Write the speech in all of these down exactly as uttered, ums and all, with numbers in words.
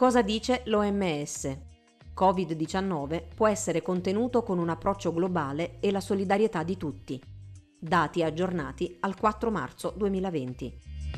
Cosa dice l'O M S? covid diciannove può essere contenuto con un approccio globale e la solidarietà di tutti. Dati aggiornati al quattro marzo duemilaventi.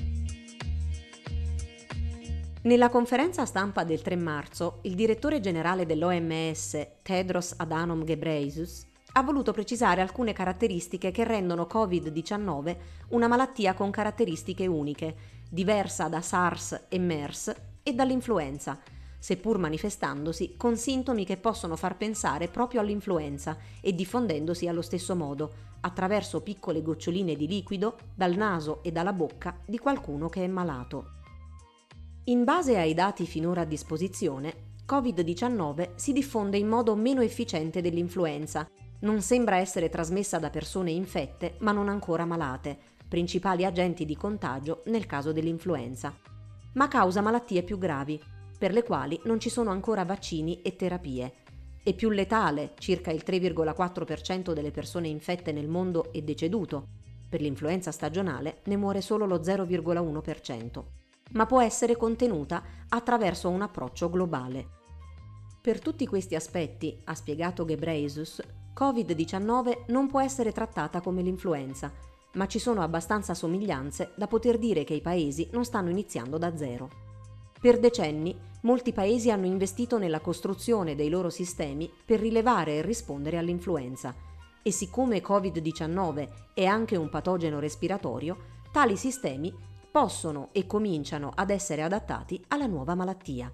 Nella conferenza stampa del tre marzo, il direttore generale dell'O M S, Tedros Adhanom Ghebreyesus, ha voluto precisare alcune caratteristiche che rendono covid diciannove una malattia con caratteristiche uniche, diversa da SARS e MERS e dall'influenza, seppur manifestandosi con sintomi che possono far pensare proprio all'influenza e diffondendosi allo stesso modo, attraverso piccole goccioline di liquido dal naso e dalla bocca di qualcuno che è malato. In base ai dati finora a disposizione, covid diciannove si diffonde in modo meno efficiente dell'influenza. Non sembra essere trasmessa da persone infette ma non ancora malate, principali agenti di contagio nel caso dell'influenza, ma causa malattie più gravi, per le quali non ci sono ancora vaccini e terapie. È più letale, circa il tre virgola quattro per cento delle persone infette nel mondo è deceduto. Per l'influenza stagionale ne muore solo lo zero virgola uno per cento, ma può essere contenuta attraverso un approccio globale. Per tutti questi aspetti, ha spiegato Ghebreyesus, covid diciannove non può essere trattata come l'influenza, ma ci sono abbastanza somiglianze da poter dire che i paesi non stanno iniziando da zero. Per decenni, molti paesi hanno investito nella costruzione dei loro sistemi per rilevare e rispondere all'influenza, e siccome covid diciannove è anche un patogeno respiratorio, tali sistemi possono e cominciano ad essere adattati alla nuova malattia.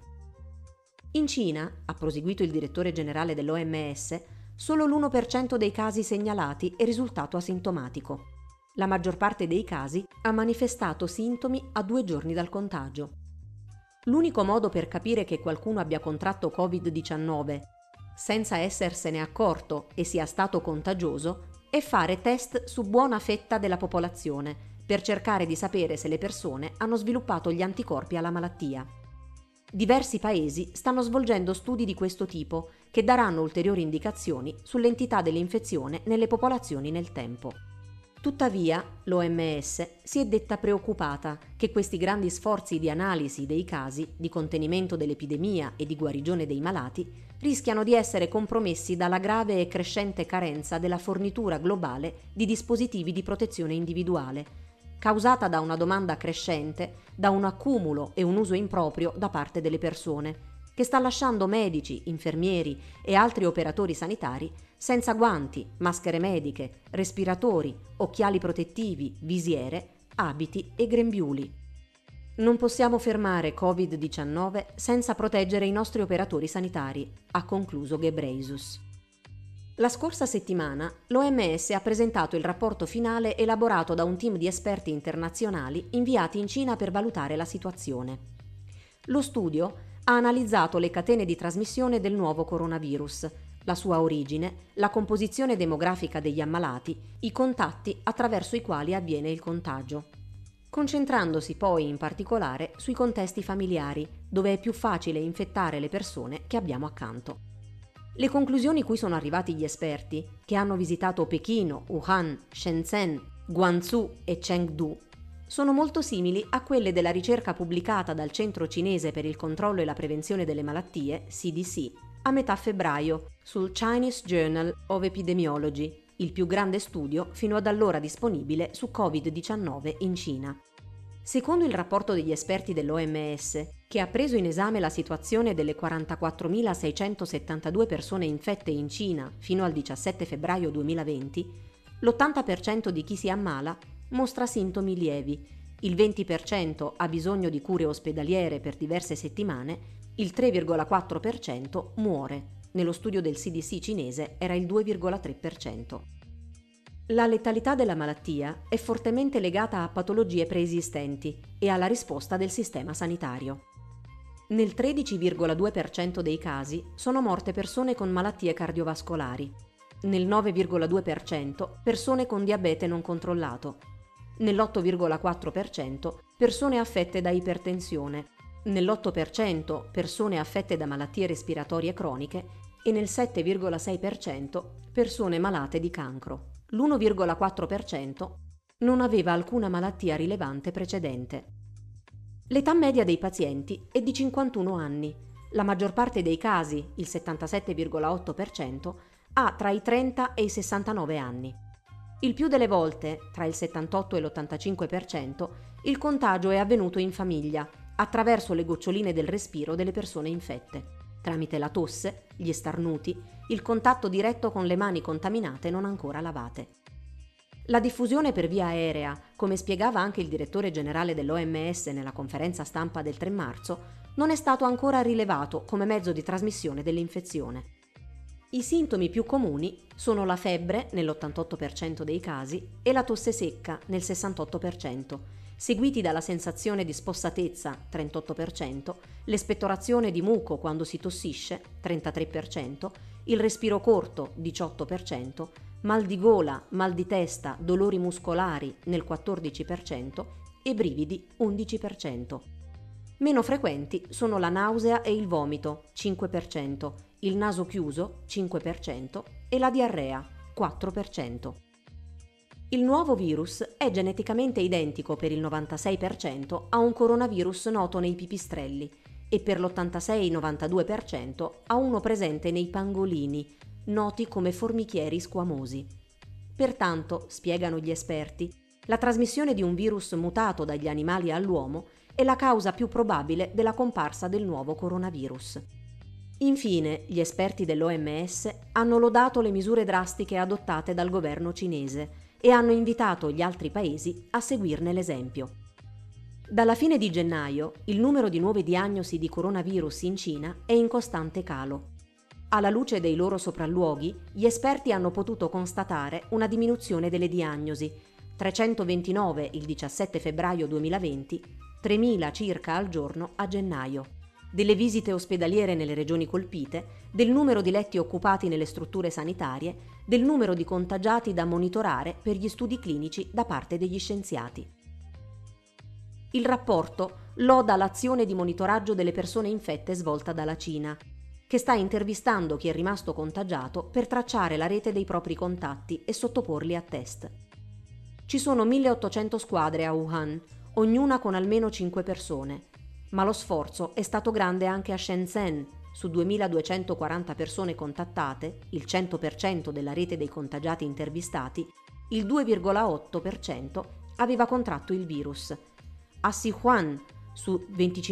In Cina, ha proseguito il direttore generale dell'O M S, solo l'uno per cento dei casi segnalati è risultato asintomatico. La maggior parte dei casi ha manifestato sintomi a due giorni dal contagio. L'unico modo per capire che qualcuno abbia contratto covid diciannove senza essersene accorto e sia stato contagioso è fare test su buona fetta della popolazione per cercare di sapere se le persone hanno sviluppato gli anticorpi alla malattia. Diversi paesi stanno svolgendo studi di questo tipo che daranno ulteriori indicazioni sull'entità dell'infezione nelle popolazioni nel tempo. Tuttavia, l'O M S si è detta preoccupata che questi grandi sforzi di analisi dei casi, di contenimento dell'epidemia e di guarigione dei malati rischiano di essere compromessi dalla grave e crescente carenza della fornitura globale di dispositivi di protezione individuale, causata da una domanda crescente, da un accumulo e un uso improprio da parte delle persone, che sta lasciando medici, infermieri e altri operatori sanitari senza guanti, maschere mediche, respiratori, occhiali protettivi, visiere, abiti e grembiuli. Non possiamo fermare covid diciannove senza proteggere i nostri operatori sanitari, ha concluso Ghebreyesus. La scorsa settimana l'O M S ha presentato il rapporto finale elaborato da un team di esperti internazionali inviati in Cina per valutare la situazione. Lo studio ha analizzato le catene di trasmissione del nuovo coronavirus, la sua origine, la composizione demografica degli ammalati, i contatti attraverso i quali avviene il contagio, concentrandosi poi in particolare sui contesti familiari, dove è più facile infettare le persone che abbiamo accanto. Le conclusioni cui sono arrivati gli esperti, che hanno visitato Pechino, Wuhan, Shenzhen, Guangzhou e Chengdu, sono molto simili a quelle della ricerca pubblicata dal Centro Cinese per il controllo e la prevenzione delle malattie, C D C, a metà febbraio sul Chinese Journal of Epidemiology, il più grande studio fino ad allora disponibile su covid diciannove in Cina. Secondo il rapporto degli esperti dell'O M S, che ha preso in esame la situazione delle quarantaquattromilaseicentosettantadue persone infette in Cina fino al diciassette febbraio duemilaventi, l'ottanta per cento di chi si ammala mostra sintomi lievi, il venti per cento ha bisogno di cure ospedaliere per diverse settimane, il tre virgola quattro per cento muore. Nello studio del C D C cinese era il due virgola tre per cento. La letalità della malattia è fortemente legata a patologie preesistenti e alla risposta del sistema sanitario. Nel tredici virgola due per cento dei casi sono morte persone con malattie cardiovascolari, nel nove virgola due per cento persone con diabete non controllato, nell'otto virgola quattro per cento persone affette da ipertensione, nell'otto per cento persone affette da malattie respiratorie croniche e nel sette virgola sei per cento persone malate di cancro. L'uno virgola quattro per cento non aveva alcuna malattia rilevante precedente. L'età media dei pazienti è di cinquantuno anni. La maggior parte dei casi, il settantasette virgola otto per cento, ha tra i trenta e i sessantanove anni. Il più delle volte, tra il settantotto e l'ottantacinque per cento, il contagio è avvenuto in famiglia, attraverso le goccioline del respiro delle persone infette, tramite la tosse, gli starnuti, il contatto diretto con le mani contaminate non ancora lavate. La diffusione per via aerea, come spiegava anche il direttore generale dell'O M S nella conferenza stampa del tre marzo, non è stato ancora rilevato come mezzo di trasmissione dell'infezione. I sintomi più comuni sono la febbre, nell'ottantotto per cento dei casi, e la tosse secca, nel sessantotto per cento, seguiti dalla sensazione di spossatezza, trentotto per cento, l'espettorazione di muco quando si tossisce, trentatré per cento, il respiro corto, diciotto per cento, mal di gola, mal di testa, dolori muscolari, nel quattordici per cento, e brividi, undici per cento. Meno frequenti sono la nausea e il vomito, cinque per cento, il naso chiuso, cinque per cento, e la diarrea, quattro per cento. Il nuovo virus è geneticamente identico per il novantasei per cento a un coronavirus noto nei pipistrelli e per l'ottantasei novantadue per cento a uno presente nei pangolini, noti come formichieri squamosi. Pertanto, spiegano gli esperti, la trasmissione di un virus mutato dagli animali all'uomo è la causa più probabile della comparsa del nuovo coronavirus. Infine, gli esperti dell'O M S hanno lodato le misure drastiche adottate dal governo cinese e hanno invitato gli altri paesi a seguirne l'esempio. Dalla fine di gennaio, il numero di nuove diagnosi di coronavirus in Cina è in costante calo. Alla luce dei loro sopralluoghi, gli esperti hanno potuto constatare una diminuzione delle diagnosi, trecentoventinove il diciassette febbraio duemilaventi, tremila circa al giorno a gennaio, delle visite ospedaliere nelle regioni colpite, del numero di letti occupati nelle strutture sanitarie, del numero di contagiati da monitorare per gli studi clinici da parte degli scienziati. Il rapporto loda l'azione di monitoraggio delle persone infette svolta dalla Cina, che sta intervistando chi è rimasto contagiato per tracciare la rete dei propri contatti e sottoporli a test. Ci sono milleottocento squadre a Wuhan, ognuna con almeno cinque persone, ma lo sforzo è stato grande anche a Shenzhen. Su duemiladuecentoquaranta persone contattate, il cento per cento della rete dei contagiati intervistati, il due virgola otto per cento aveva contratto il virus. A Sichuan, su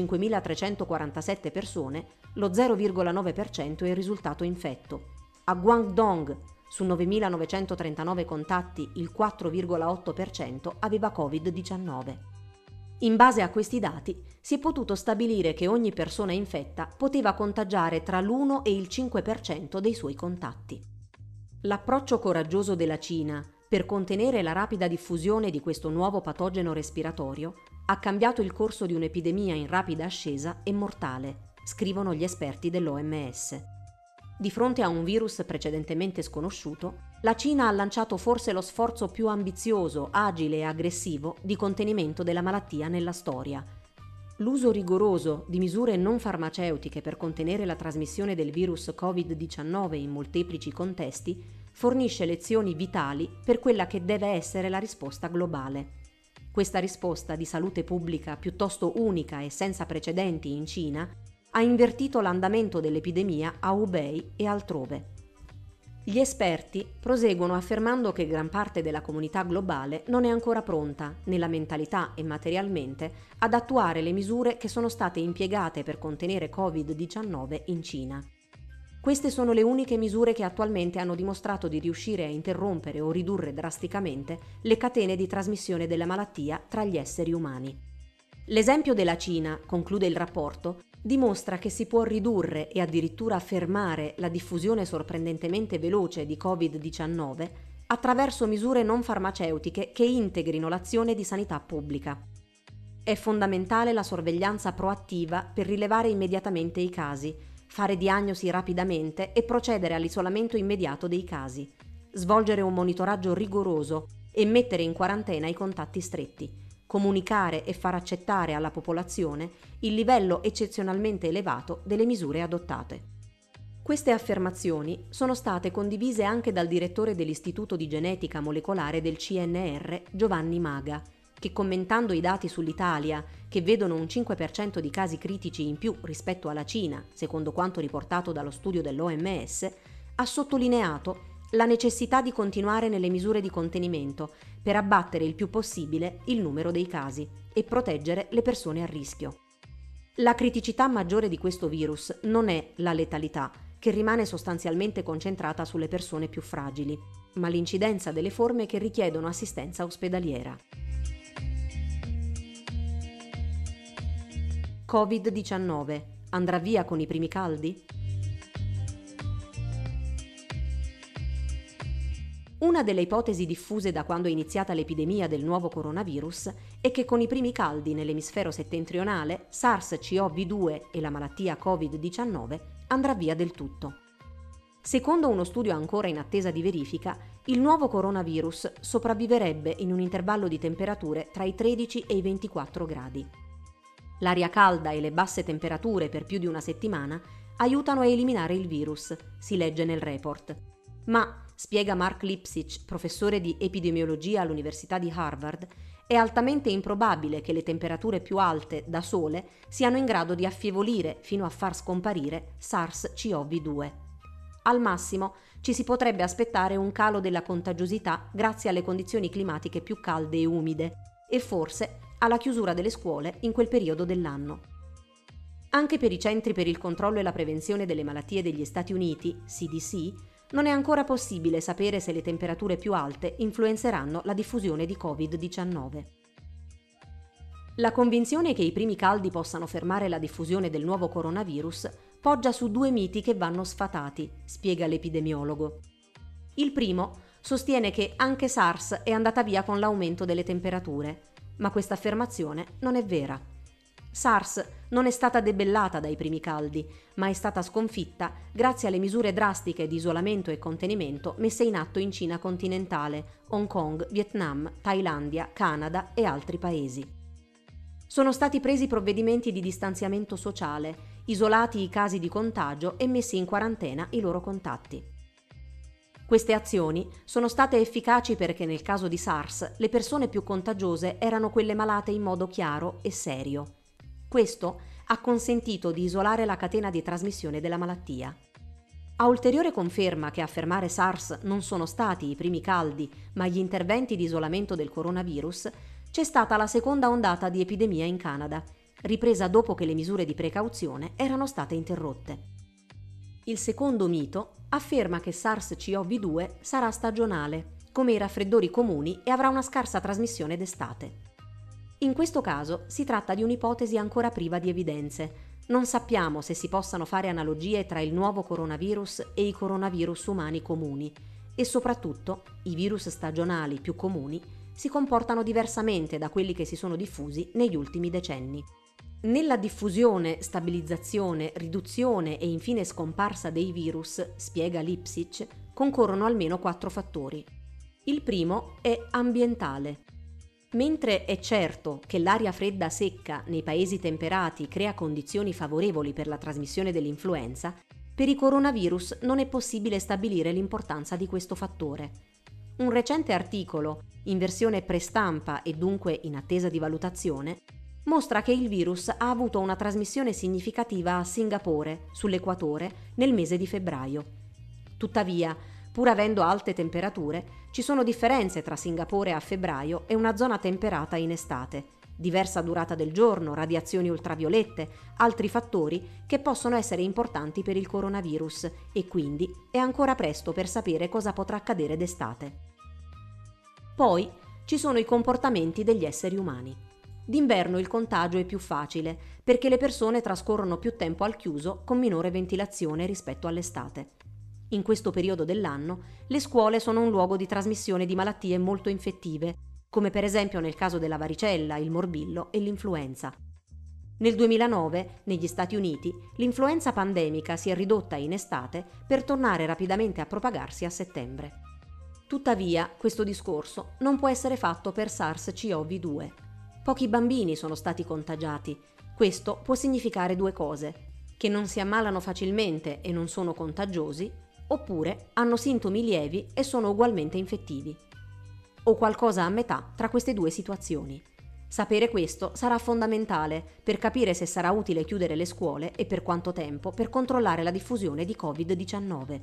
venticinquemilatrecentoquarantasette persone, lo zero virgola nove per cento è risultato infetto. A Guangdong, su novemilanovecentotrentanove contatti, il quattro virgola otto per cento aveva covid diciannove. In base a questi dati si è potuto stabilire che ogni persona infetta poteva contagiare tra l'uno e il cinque per cento dei suoi contatti. L'approccio coraggioso della Cina per contenere la rapida diffusione di questo nuovo patogeno respiratorio ha cambiato il corso di un'epidemia in rapida ascesa e mortale, scrivono gli esperti dell'O M S. Di fronte a un virus precedentemente sconosciuto, la Cina ha lanciato forse lo sforzo più ambizioso, agile e aggressivo di contenimento della malattia nella storia. L'uso rigoroso di misure non farmaceutiche per contenere la trasmissione del virus covid diciannove in molteplici contesti fornisce lezioni vitali per quella che deve essere la risposta globale. Questa risposta di salute pubblica piuttosto unica e senza precedenti in Cina ha invertito l'andamento dell'epidemia a Hubei e altrove. Gli esperti proseguono affermando che gran parte della comunità globale non è ancora pronta, nella mentalità e materialmente, ad attuare le misure che sono state impiegate per contenere covid diciannove in Cina. Queste sono le uniche misure che attualmente hanno dimostrato di riuscire a interrompere o ridurre drasticamente le catene di trasmissione della malattia tra gli esseri umani. L'esempio della Cina, conclude il rapporto, dimostra che si può ridurre e addirittura fermare la diffusione sorprendentemente veloce di covid diciannove attraverso misure non farmaceutiche che integrino l'azione di sanità pubblica. È fondamentale la sorveglianza proattiva per rilevare immediatamente i casi, fare diagnosi rapidamente e procedere all'isolamento immediato dei casi, svolgere un monitoraggio rigoroso e mettere in quarantena i contatti stretti, comunicare e far accettare alla popolazione il livello eccezionalmente elevato delle misure adottate. Queste affermazioni sono state condivise anche dal direttore dell'Istituto di Genetica Molecolare del C N R, Giovanni Maga, che commentando i dati sull'Italia, che vedono un cinque per cento di casi critici in più rispetto alla Cina, secondo quanto riportato dallo studio dell'O M S, ha sottolineato la necessità di continuare nelle misure di contenimento per abbattere il più possibile il numero dei casi e proteggere le persone a rischio. La criticità maggiore di questo virus non è la letalità, che rimane sostanzialmente concentrata sulle persone più fragili, ma l'incidenza delle forme che richiedono assistenza ospedaliera. covid diciannove andrà via con i primi caldi? Una delle ipotesi diffuse da quando è iniziata l'epidemia del nuovo coronavirus è che con i primi caldi nell'emisfero settentrionale SARS-C o V due e la malattia covid diciannove andrà via del tutto. Secondo uno studio ancora in attesa di verifica, il nuovo coronavirus sopravviverebbe in un intervallo di temperature tra i tredici e i ventiquattro gradi. L'aria calda e le basse temperature per più di una settimana aiutano a eliminare il virus, si legge nel report. Ma, spiega Mark Lipsitch, professore di epidemiologia all'Università di Harvard, è altamente improbabile che le temperature più alte, da sole, siano in grado di affievolire fino a far scomparire SARS-C o V due. Al massimo, ci si potrebbe aspettare un calo della contagiosità grazie alle condizioni climatiche più calde e umide e forse alla chiusura delle scuole in quel periodo dell'anno. Anche per i Centri per il controllo e la prevenzione delle malattie degli Stati Uniti, C D C, non è ancora possibile sapere se le temperature più alte influenzeranno la diffusione di covid diciannove. La convinzione che i primi caldi possano fermare la diffusione del nuovo coronavirus poggia su due miti che vanno sfatati, spiega l'epidemiologo. Il primo sostiene che anche SARS è andata via con l'aumento delle temperature, ma questa affermazione non è vera. SARS non è stata debellata dai primi caldi, ma è stata sconfitta grazie alle misure drastiche di isolamento e contenimento messe in atto in Cina continentale, Hong Kong, Vietnam, Thailandia, Canada e altri paesi. Sono stati presi provvedimenti di distanziamento sociale, isolati i casi di contagio e messi in quarantena i loro contatti. Queste azioni sono state efficaci perché nel caso di SARS le persone più contagiose erano quelle malate in modo chiaro e serio. Questo ha consentito di isolare la catena di trasmissione della malattia. A ulteriore conferma che a fermare SARS non sono stati i primi caldi, ma gli interventi di isolamento del coronavirus, c'è stata la seconda ondata di epidemia in Canada, ripresa dopo che le misure di precauzione erano state interrotte. Il secondo mito afferma che SARS-C o V due sarà stagionale, come i raffreddori comuni, e avrà una scarsa trasmissione d'estate. In questo caso si tratta di un'ipotesi ancora priva di evidenze. Non sappiamo se si possano fare analogie tra il nuovo coronavirus e i coronavirus umani comuni e soprattutto i virus stagionali più comuni si comportano diversamente da quelli che si sono diffusi negli ultimi decenni. Nella diffusione, stabilizzazione, riduzione e infine scomparsa dei virus, spiega Lipsitch, concorrono almeno quattro fattori. Il primo è ambientale. Mentre è certo che l'aria fredda secca nei paesi temperati crea condizioni favorevoli per la trasmissione dell'influenza, per i coronavirus non è possibile stabilire l'importanza di questo fattore. Un recente articolo, in versione prestampa e dunque in attesa di valutazione, mostra che il virus ha avuto una trasmissione significativa a Singapore, sull'equatore, nel mese di febbraio. Tuttavia, pur avendo alte temperature, ci sono differenze tra Singapore a febbraio e una zona temperata in estate, diversa durata del giorno, radiazioni ultraviolette, altri fattori che possono essere importanti per il coronavirus e quindi è ancora presto per sapere cosa potrà accadere d'estate. Poi ci sono i comportamenti degli esseri umani. D'inverno il contagio è più facile perché le persone trascorrono più tempo al chiuso con minore ventilazione rispetto all'estate. In questo periodo dell'anno le scuole sono un luogo di trasmissione di malattie molto infettive, come per esempio nel caso della varicella, il morbillo e l'influenza. Nel duemilanove, negli Stati Uniti, l'influenza pandemica si è ridotta in estate per tornare rapidamente a propagarsi a settembre. Tuttavia, questo discorso non può essere fatto per SARS-C o V due. Pochi bambini sono stati contagiati. Questo può significare due cose: che non si ammalano facilmente e non sono contagiosi, oppure hanno sintomi lievi e sono ugualmente infettivi. O qualcosa a metà tra queste due situazioni. Sapere questo sarà fondamentale per capire se sarà utile chiudere le scuole e per quanto tempo per controllare la diffusione di covid diciannove.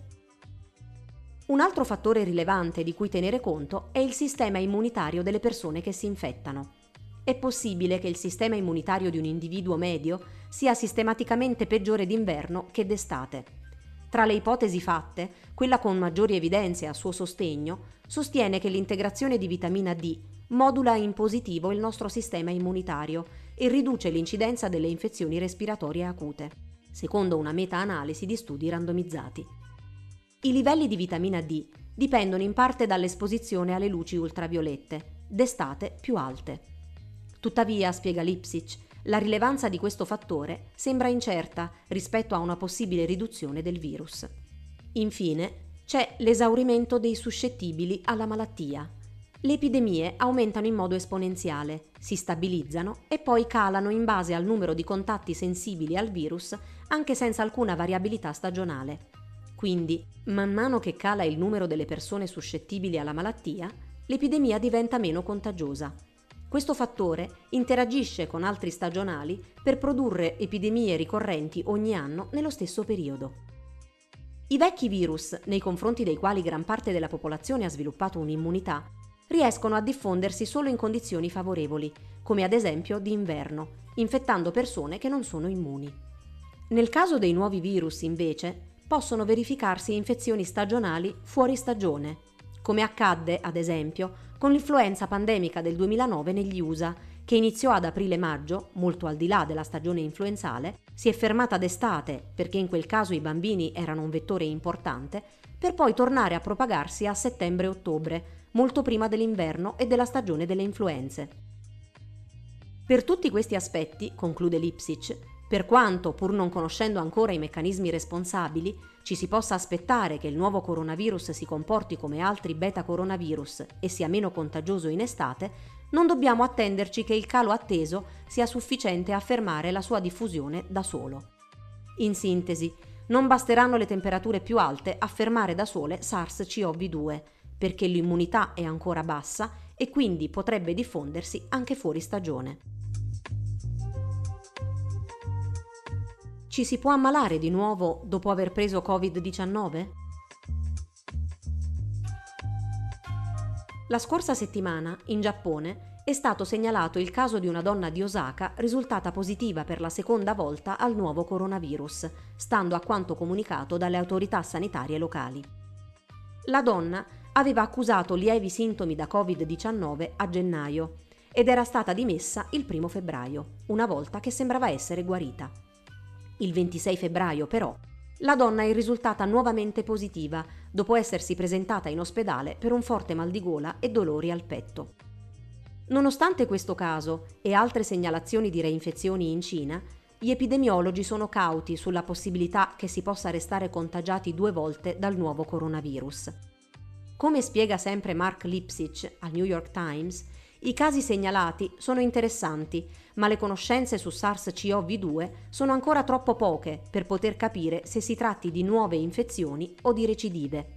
Un altro fattore rilevante di cui tenere conto è il sistema immunitario delle persone che si infettano. È possibile che il sistema immunitario di un individuo medio sia sistematicamente peggiore d'inverno che d'estate. Tra le ipotesi fatte, quella con maggiori evidenze a suo sostegno sostiene che l'integrazione di vitamina D modula in positivo il nostro sistema immunitario e riduce l'incidenza delle infezioni respiratorie acute, secondo una meta-analisi di studi randomizzati. I livelli di vitamina D dipendono in parte dall'esposizione alle luci ultraviolette, d'estate più alte. Tuttavia, spiega Lipsitch, la rilevanza di questo fattore sembra incerta rispetto a una possibile riduzione del virus. Infine, c'è l'esaurimento dei suscettibili alla malattia. Le epidemie aumentano in modo esponenziale, si stabilizzano e poi calano in base al numero di contatti sensibili al virus, anche senza alcuna variabilità stagionale. Quindi, man mano che cala il numero delle persone suscettibili alla malattia, l'epidemia diventa meno contagiosa. Questo fattore interagisce con altri stagionali per produrre epidemie ricorrenti ogni anno nello stesso periodo. I vecchi virus, nei confronti dei quali gran parte della popolazione ha sviluppato un'immunità, riescono a diffondersi solo in condizioni favorevoli, come ad esempio d'inverno, infettando persone che non sono immuni. Nel caso dei nuovi virus, invece, possono verificarsi infezioni stagionali fuori stagione, come accadde, ad esempio, con l'influenza pandemica del duemilanove negli U S A, che iniziò ad aprile-maggio, molto al di là della stagione influenzale, si è fermata d'estate, perché in quel caso i bambini erano un vettore importante, per poi tornare a propagarsi a settembre-ottobre, molto prima dell'inverno e della stagione delle influenze. Per tutti questi aspetti, conclude Lipsitch, per quanto, pur non conoscendo ancora i meccanismi responsabili, ci si possa aspettare che il nuovo coronavirus si comporti come altri beta coronavirus e sia meno contagioso in estate, non dobbiamo attenderci che il calo atteso sia sufficiente a fermare la sua diffusione da solo. In sintesi, non basteranno le temperature più alte a fermare da sole SARS-C o V due, perché l'immunità è ancora bassa e quindi potrebbe diffondersi anche fuori stagione. Ci si può ammalare di nuovo dopo aver preso covid diciannove? La scorsa settimana, in Giappone, è stato segnalato il caso di una donna di Osaka risultata positiva per la seconda volta al nuovo coronavirus, stando a quanto comunicato dalle autorità sanitarie locali. La donna aveva accusato lievi sintomi da covid diciannove a gennaio ed era stata dimessa il primo febbraio, una volta che sembrava essere guarita. Il ventisei febbraio, però, la donna è risultata nuovamente positiva dopo essersi presentata in ospedale per un forte mal di gola e dolori al petto. Nonostante questo caso e altre segnalazioni di reinfezioni in Cina, gli epidemiologi sono cauti sulla possibilità che si possa restare contagiati due volte dal nuovo coronavirus. Come spiega sempre Mark Lipsitch al New York Times, i casi segnalati sono interessanti, ma le conoscenze su SARS-C o V due sono ancora troppo poche per poter capire se si tratti di nuove infezioni o di recidive.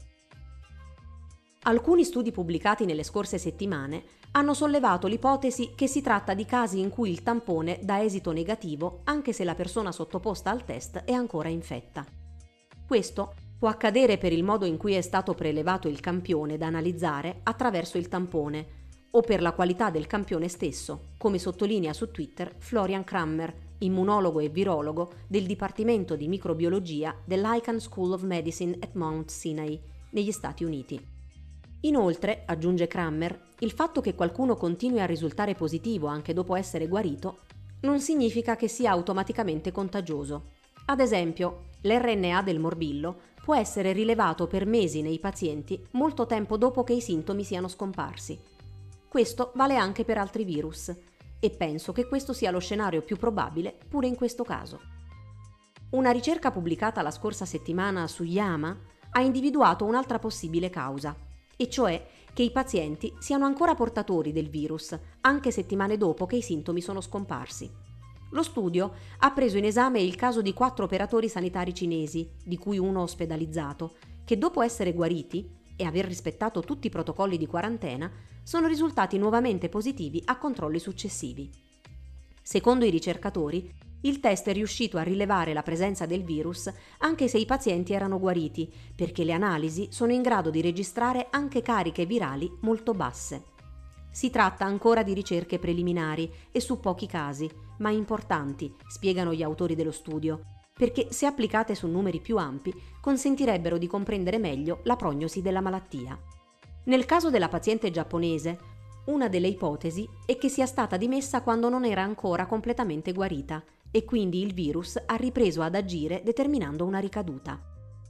Alcuni studi pubblicati nelle scorse settimane hanno sollevato l'ipotesi che si tratta di casi in cui il tampone dà esito negativo anche se la persona sottoposta al test è ancora infetta. Questo può accadere per il modo in cui è stato prelevato il campione da analizzare attraverso il tampone o per la qualità del campione stesso, come sottolinea su Twitter Florian Krammer, immunologo e virologo del Dipartimento di Microbiologia dell'Icahn School of Medicine at Mount Sinai, negli Stati Uniti. Inoltre, aggiunge Krammer, il fatto che qualcuno continui a risultare positivo anche dopo essere guarito non significa che sia automaticamente contagioso. Ad esempio, l'R N A del morbillo può essere rilevato per mesi nei pazienti molto tempo dopo che i sintomi siano scomparsi. Questo vale anche per altri virus e penso che questo sia lo scenario più probabile pure in questo caso. Una ricerca pubblicata la scorsa settimana su JAMA ha individuato un'altra possibile causa, e cioè che i pazienti siano ancora portatori del virus anche settimane dopo che i sintomi sono scomparsi. Lo studio ha preso in esame il caso di quattro operatori sanitari cinesi, di cui uno ospedalizzato, che dopo essere guariti e aver rispettato tutti i protocolli di quarantena sono risultati nuovamente positivi a controlli successivi. Secondo i ricercatori, il test è riuscito a rilevare la presenza del virus anche se i pazienti erano guariti, perché le analisi sono in grado di registrare anche cariche virali molto basse. Si tratta ancora di ricerche preliminari e su pochi casi, ma importanti, spiegano gli autori dello studio, perché se applicate su numeri più ampi consentirebbero di comprendere meglio la prognosi della malattia. Nel caso della paziente giapponese, una delle ipotesi è che sia stata dimessa quando non era ancora completamente guarita e quindi il virus ha ripreso ad agire determinando una ricaduta.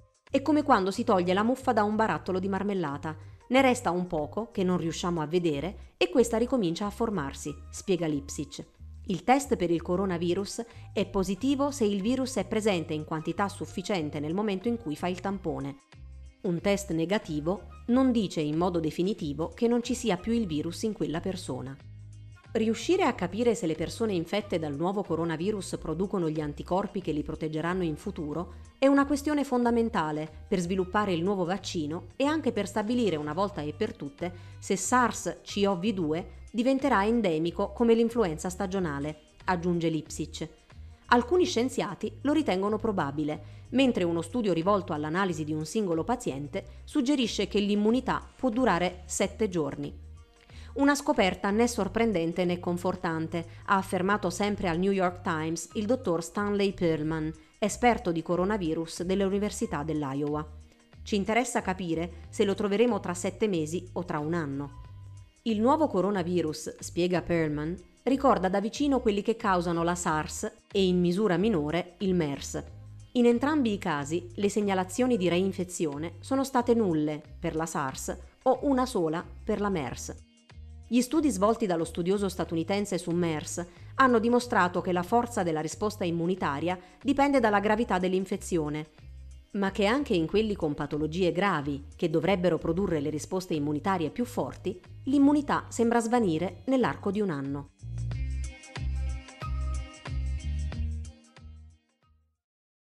È come quando si toglie la muffa da un barattolo di marmellata, ne resta un poco che non riusciamo a vedere e questa ricomincia a formarsi, spiega Lipsic. Il test per il coronavirus è positivo se il virus è presente in quantità sufficiente nel momento in cui fa il tampone. Un test negativo non dice in modo definitivo che non ci sia più il virus in quella persona. Riuscire a capire se le persone infette dal nuovo coronavirus producono gli anticorpi che li proteggeranno in futuro è una questione fondamentale per sviluppare il nuovo vaccino e anche per stabilire una volta e per tutte se SARS-C o V due diventerà endemico come l'influenza stagionale, aggiunge Lipsic. Alcuni scienziati lo ritengono probabile, mentre uno studio rivolto all'analisi di un singolo paziente suggerisce che l'immunità può durare sette giorni. Una scoperta né sorprendente né confortante, ha affermato sempre al New York Times il dottor Stanley Perlman, esperto di coronavirus dell'Università dell'Iowa. Ci interessa capire se lo troveremo tra sette mesi o tra un anno. Il nuovo coronavirus, spiega Perlman, ricorda da vicino quelli che causano la SARS e in misura minore il MERS. In entrambi i casi le segnalazioni di reinfezione sono state nulle per la SARS o una sola per la MERS. Gli studi svolti dallo studioso statunitense su MERS hanno dimostrato che la forza della risposta immunitaria dipende dalla gravità dell'infezione, ma che anche in quelli con patologie gravi, che dovrebbero produrre le risposte immunitarie più forti, l'immunità sembra svanire nell'arco di un anno.